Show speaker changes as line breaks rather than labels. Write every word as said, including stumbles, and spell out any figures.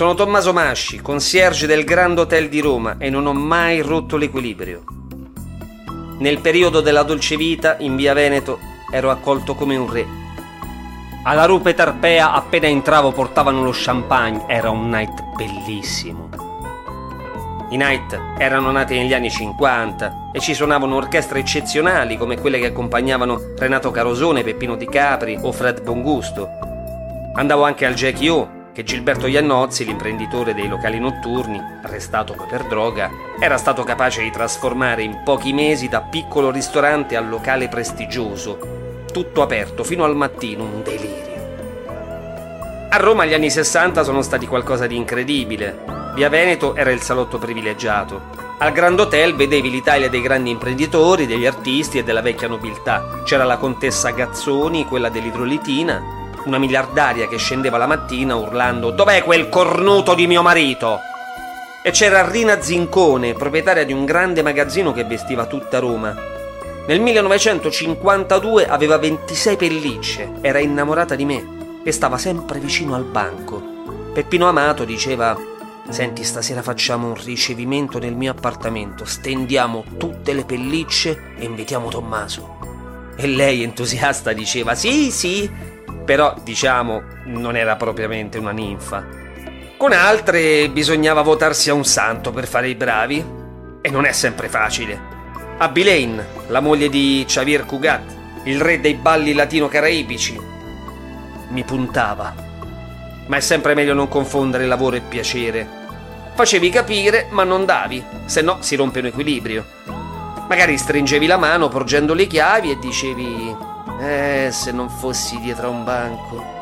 Sono Tommaso Masci, concierge del Grand Hotel di Roma e non ho mai rotto l'equilibrio. Nel periodo della dolce vita, in via Veneto, ero accolto come un re. Alla Rupe Tarpea, appena entravo, portavano lo champagne. Era un night bellissimo. I night erano nati negli anni cinquanta e ci suonavano orchestre eccezionali come quelle che accompagnavano Renato Carosone, Peppino Di Capri o Fred Bongusto. Andavo anche al Jackie O, che Gilberto Iannozzi, l'imprenditore dei locali notturni, arrestato poi per droga, era stato capace di trasformare in pochi mesi da piccolo ristorante a locale prestigioso, tutto aperto fino al mattino, un delirio. A Roma gli anni sessanta sono stati qualcosa di incredibile. Via Veneto era il salotto privilegiato. Al Grand Hotel vedevi l'Italia dei grandi imprenditori, degli artisti e della vecchia nobiltà. C'era la contessa Gazzoni, quella dell'idrolitina, una miliardaria che scendeva la mattina urlando «Dov'è quel cornuto di mio marito?» E c'era Rina Zincone, proprietaria di un grande magazzino che vestiva tutta Roma. Nel millenovecentocinquantadue aveva ventisei pellicce, era innamorata di me e stava sempre vicino al banco. Peppino Amato diceva «Senti, stasera facciamo un ricevimento nel mio appartamento, stendiamo tutte le pellicce e invitiamo Tommaso». E lei, entusiasta, diceva «Sì, sì», però, diciamo, non era propriamente una ninfa. Con altre bisognava votarsi a un santo per fare i bravi, e non è sempre facile. Abby Lane, la moglie di Xavier Cugat, il re dei balli latino-caraibici, mi puntava. Ma è sempre meglio non confondere lavoro e piacere. Facevi capire, ma non davi, se no si rompe un equilibrio. Magari stringevi la mano porgendo le chiavi e dicevi «Eh, se non fossi dietro a un banco».